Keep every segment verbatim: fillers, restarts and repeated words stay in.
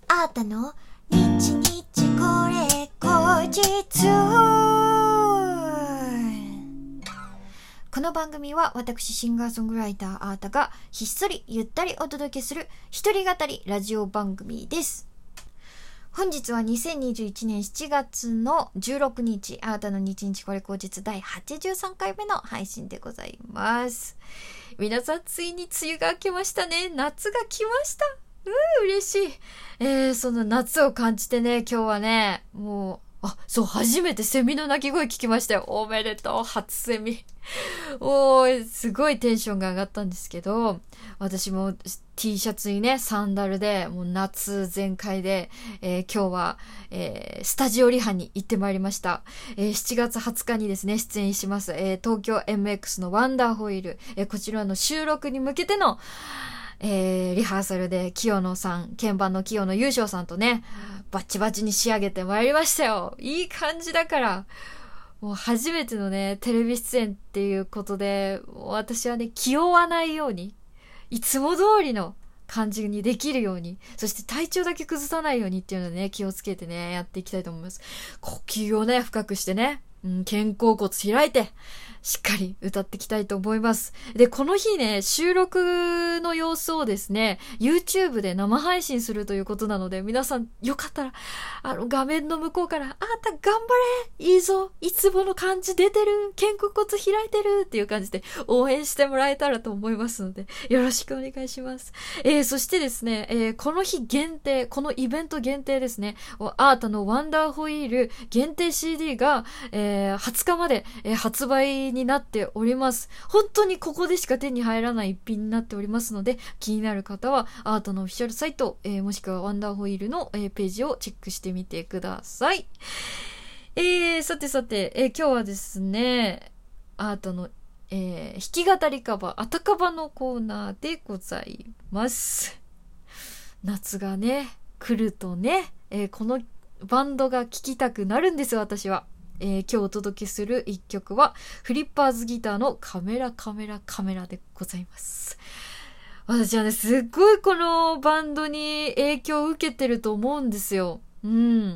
あーたの日日これ後日。この番組は私シンガーソングライターあーたがひっそりゆったりお届けする一人語りラジオ番組です。本日はにせんにじゅういちねんしちがつのじゅうろくにち、あーたの日日これ後日だいはちじゅうさんかいめの配信でございます。皆さんついに梅雨が明けましたね。夏が来ました。うー嬉しい。えー、その夏を感じてね、今日はね、もうあ、そう、初めてセミの鳴き声聞きましたよ。おめでとう、初セミ。おー、すごいテンションが上がったんですけど、私も T シャツにね、サンダルで、もう夏全開で、えー、今日は、えー、スタジオリハに行ってまいりました。えー、しちがつはつかにですね、出演します、えー、東京 エムエックス のワンダーホイール、えー、こちらの収録に向けての、えー、リハーサルで清野さん、鍵盤の清野優勝さんとね、バッチバチに仕上げてまいりましたよ。いい感じだから。もう初めてのね、テレビ出演っていうことで、私はね、気負わないように、いつも通りの感じにできるように、そして体調だけ崩さないようにっていうのでね、気をつけてね、やっていきたいと思います。呼吸をね、深くしてね、うん、肩甲骨開いて、しっかり歌っていきたいと思います。で、この日ね、収録の様子をですね、YouTube で生配信するということなので、皆さんよかったら、あの、画面の向こうから、あーた頑張れいいぞいつもの感じ出てる肩甲骨開いてるっていう感じで応援してもらえたらと思いますので、よろしくお願いします。えー、そしてですね、えー、この日限定、このイベント限定ですね、アータのワンダーホイール限定 シーディー が、えー、はつかまで、えー、発売になっております。本当にここでしか手に入らない一品になっておりますので、気になる方はアートのオフィシャルサイト、えー、もしくはワンダーホイールの、えー、ページをチェックしてみてください。えー、さてさて、えー、今日はですね、アートの、えー、弾き語りカバー、あたかばのコーナーでございます。夏がね、来るとね、えー、このバンドが聴きたくなるんですよ、私は。えー、今日お届けする一曲はフリッパーズギターのカメラカメラカメラでございます。私はね、すっごいこのバンドに影響を受けてると思うんですよ。うん。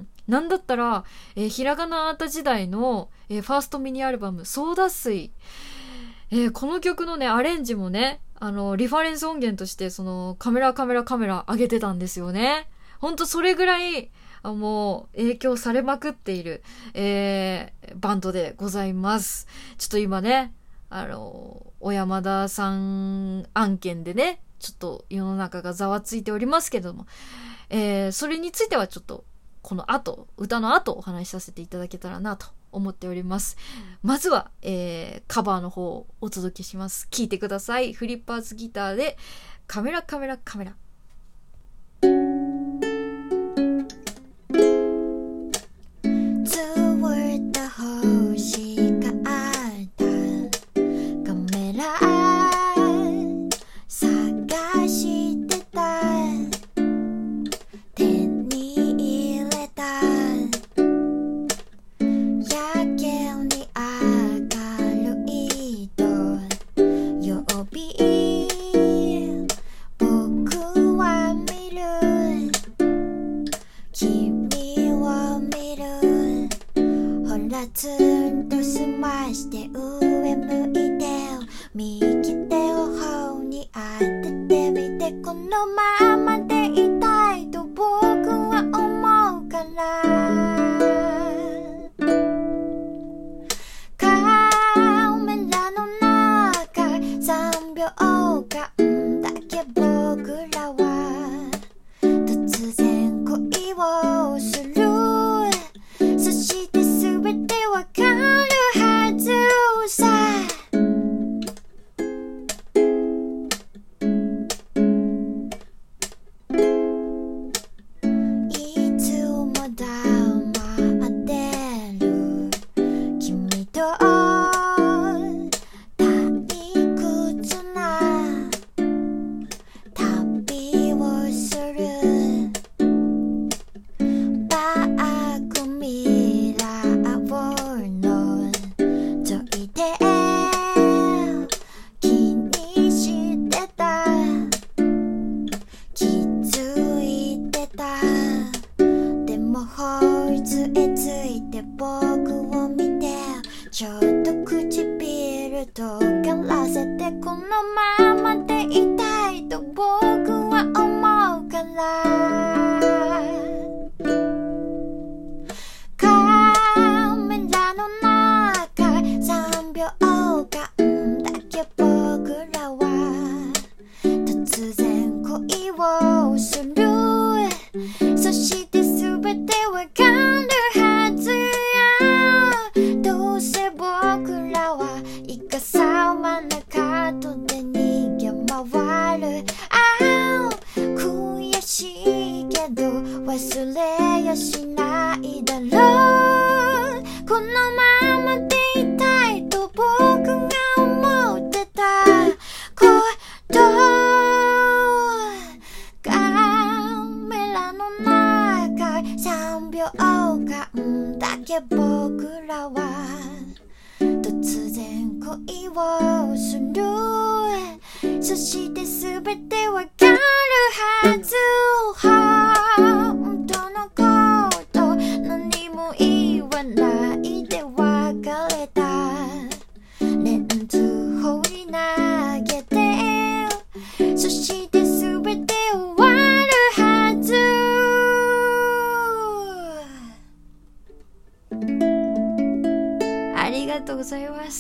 なんだったら、えー、ひらがなアータ時代の、えー、ファーストミニアルバムソーダ水、えー、この曲のねアレンジもね、あのリファレンス音源としてそのカメラカメラカメラ上げてたんですよね。ほんとそれぐらいあもう影響されまくっている、えー、バンドでございます。ちょっと今ね、あの小山田さん案件でね、ちょっと世の中がざわついておりますけども、えー、それについてはちょっとこの後、歌の後お話しさせていただけたらなと思っております。まずは、えー、カバーの方をお届けします。聴いてください。フリッパーズギターでカメラカメラカメラ。 ツンと済まして上向いて右手を頬に当ててみて、このままでいたいと僕は思うから、カメラの中さんびょうかんだけ僕らは突然恋をする。そして全てわかるはずさ。 頬杖ついて僕を見てちょっと唇とからせてこのままでいたいと僕は思うからカメラの中さんびょうかんだけ僕らは突然恋をするそして全てわかるはずやどうせ僕らはイカサマなカートで逃げ回るああ悔しいけど忘れやしないだろうこのままでいたいと僕が思ってたことカメラの中さんびょうかんだけ僕らは突然恋をするそして全てわかるはず本当のこと何も言わないで別れたレンズ放り投げてそして全て終わるはずありがとうございます。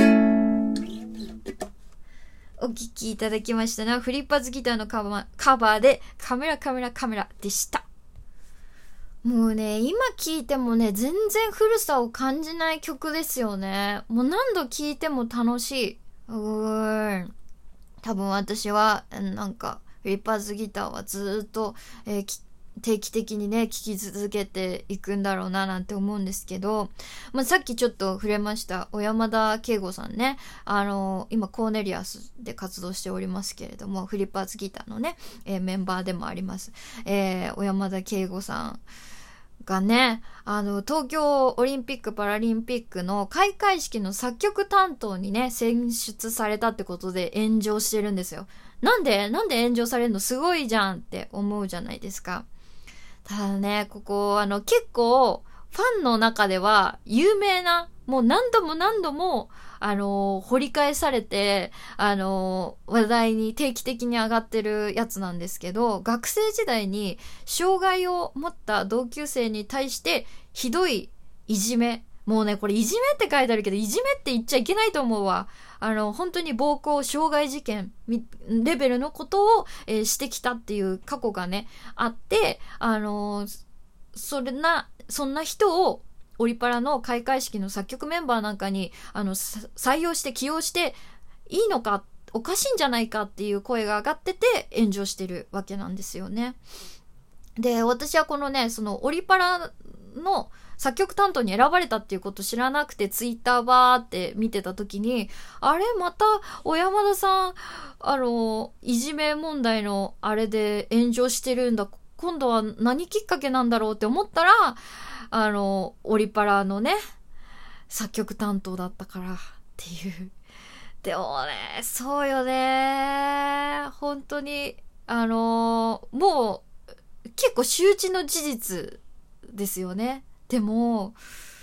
お聴きいただきましたのはフリッパーズギターのカバー、カバーでカメラカメラカメラでした。もうね、今聴いてもね、全然古さを感じない曲ですよね。もう何度聴いても楽しい。うーん。多分私は、なんか、フリッパーズギターはずっと、えー、定期的にね、聴き続けていくんだろうななんて思うんですけど、まあ、さっきちょっと触れました、小山田圭吾さんね。あのー、今、コーネリアスで活動しておりますけれども、フリッパーズギターのね、えー、メンバーでもあります。えー、小山田圭吾さん。がね、あの、東京オリンピック・パラリンピックの開会式の作曲担当にね、選出されたってことで炎上してるんですよ。なんでなんで炎上されるのすごいじゃんって思うじゃないですか。ただね、ここ、あの、結構、ファンの中では有名な、もう何度も何度も、あのー、掘り返されて、あのー、話題に定期的に上がってるやつなんですけど、学生時代に障害を持った同級生に対してひどいいじめ、もうね、これいじめって書いてあるけど、いじめって言っちゃいけないと思うわ。あの、本当に暴行、傷害事件、レベルのことを、えー、してきたっていう過去がね、あって、あのー、それな、そんな人を、オリパラの開会式の作曲メンバーなんかにあの採用して起用していいのか、おかしいんじゃないかっていう声が上がってて炎上してるわけなんですよね。で、私はこのね、そのオリパラの作曲担当に選ばれたっていうこと知らなくてツイッターバーって見てた時に、あれまた小山田さんあのいじめ問題のあれで炎上してるんだ、今度は何きっかけなんだろうって思ったら、あの、オリパラのね、作曲担当だったからっていう。でもね、そうよね。本当に、あの、もう、結構周知の事実ですよね。でも、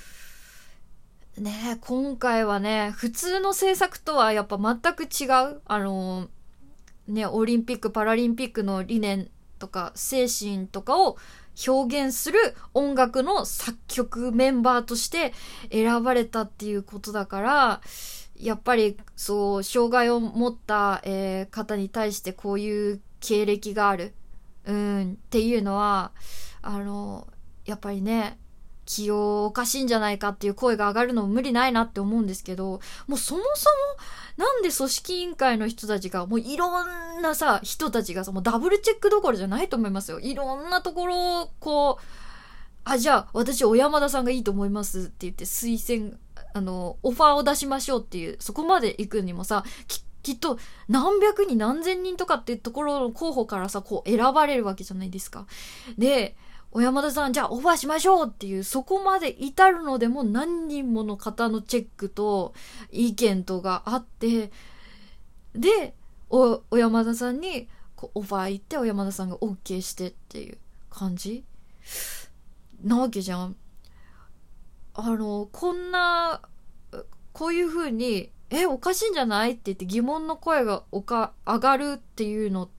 ね、今回はね、普通の制作とはやっぱ全く違う。あの、ね、オリンピック・パラリンピックの理念とか精神とかを表現する音楽の作曲メンバーとして選ばれたっていうことだから、やっぱりそう障害を持った、えー、方に対してこういう経歴がある、うん、っていうのはあのやっぱりね、起用おかしいんじゃないかっていう声が上がるのも無理ないなって思うんですけど、もうそもそもなんで組織委員会の人たちがもういろんなさ人たちがさ、もうダブルチェックどころじゃないと思いますよ。いろんなところをこう、あ、じゃあ私小山田さんがいいと思いますって言って推薦、あのオファーを出しましょうっていう、そこまで行くにもさ、ききっと何百人何千人とかっていうところの候補からさこう選ばれるわけじゃないですか。で小山田さんじゃあオファーしましょうっていう、そこまで至るのでも何人もの方のチェックと意見とがあって、でお小山田さんにこうオファー行って小山田さんが OK してっていう感じなわけじゃん。あの、こんな、こういう風に、え、おかしいんじゃないって言って疑問の声がおか上がるっていうのって、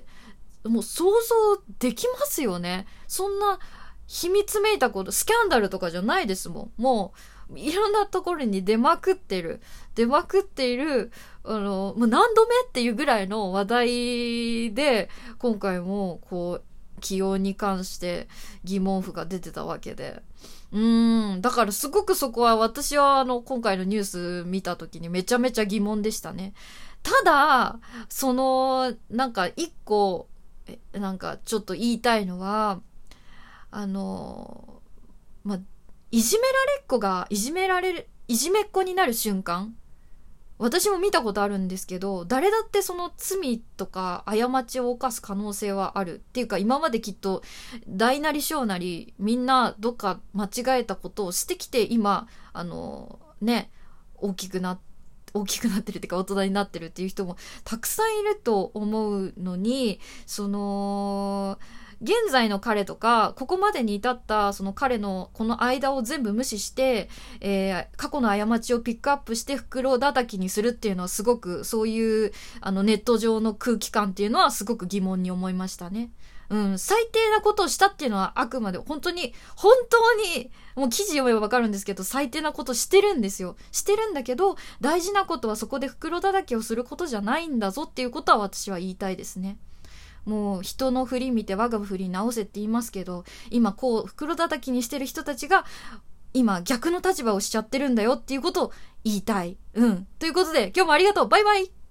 もう想像できますよね。そんな秘密めいたこと、スキャンダルとかじゃないですもん。もう、いろんなところに出まくってる。出まくっている、あの、もう何度目っていうぐらいの話題で、今回も、こう、起用に関して疑問符が出てたわけで。うーん。だからすごくそこは私はあの、今回のニュース見た時にめちゃめちゃ疑問でしたね。ただ、その、なんか一個、なんかちょっと言いたいのは、あの、まあ、いじめられっ子がいじめられる、いじめっ子になる瞬間、私も見たことあるんですけど、誰だってその罪とか過ちを犯す可能性はあるっていうか、今まできっと大なり小なりみんなどっか間違えたことをしてきて、今あのね大きくな大きくなってるっていうか大人になってるっていう人もたくさんいると思うのに、その現在の彼とかここまでに至ったその彼のこの間を全部無視して、えー、過去の過ちをピックアップして袋叩きにするっていうのはすごく、そういうあのネット上の空気感っていうのはすごく疑問に思いましたね。うん、最低なことをしたっていうのはあくまで本当に本当にもう記事読めばわかるんですけど、最低なことしてるんですよ。してるんだけど、大事なことはそこで袋叩きをすることじゃないんだぞっていうことは私は言いたいですね。もう人の振り見て我が振り直せって言いますけど、今こう袋叩きにしてる人たちが今逆の立場をしちゃってるんだよっていうことを言いたい。うん。ということで今日もありがとう。バイバイ。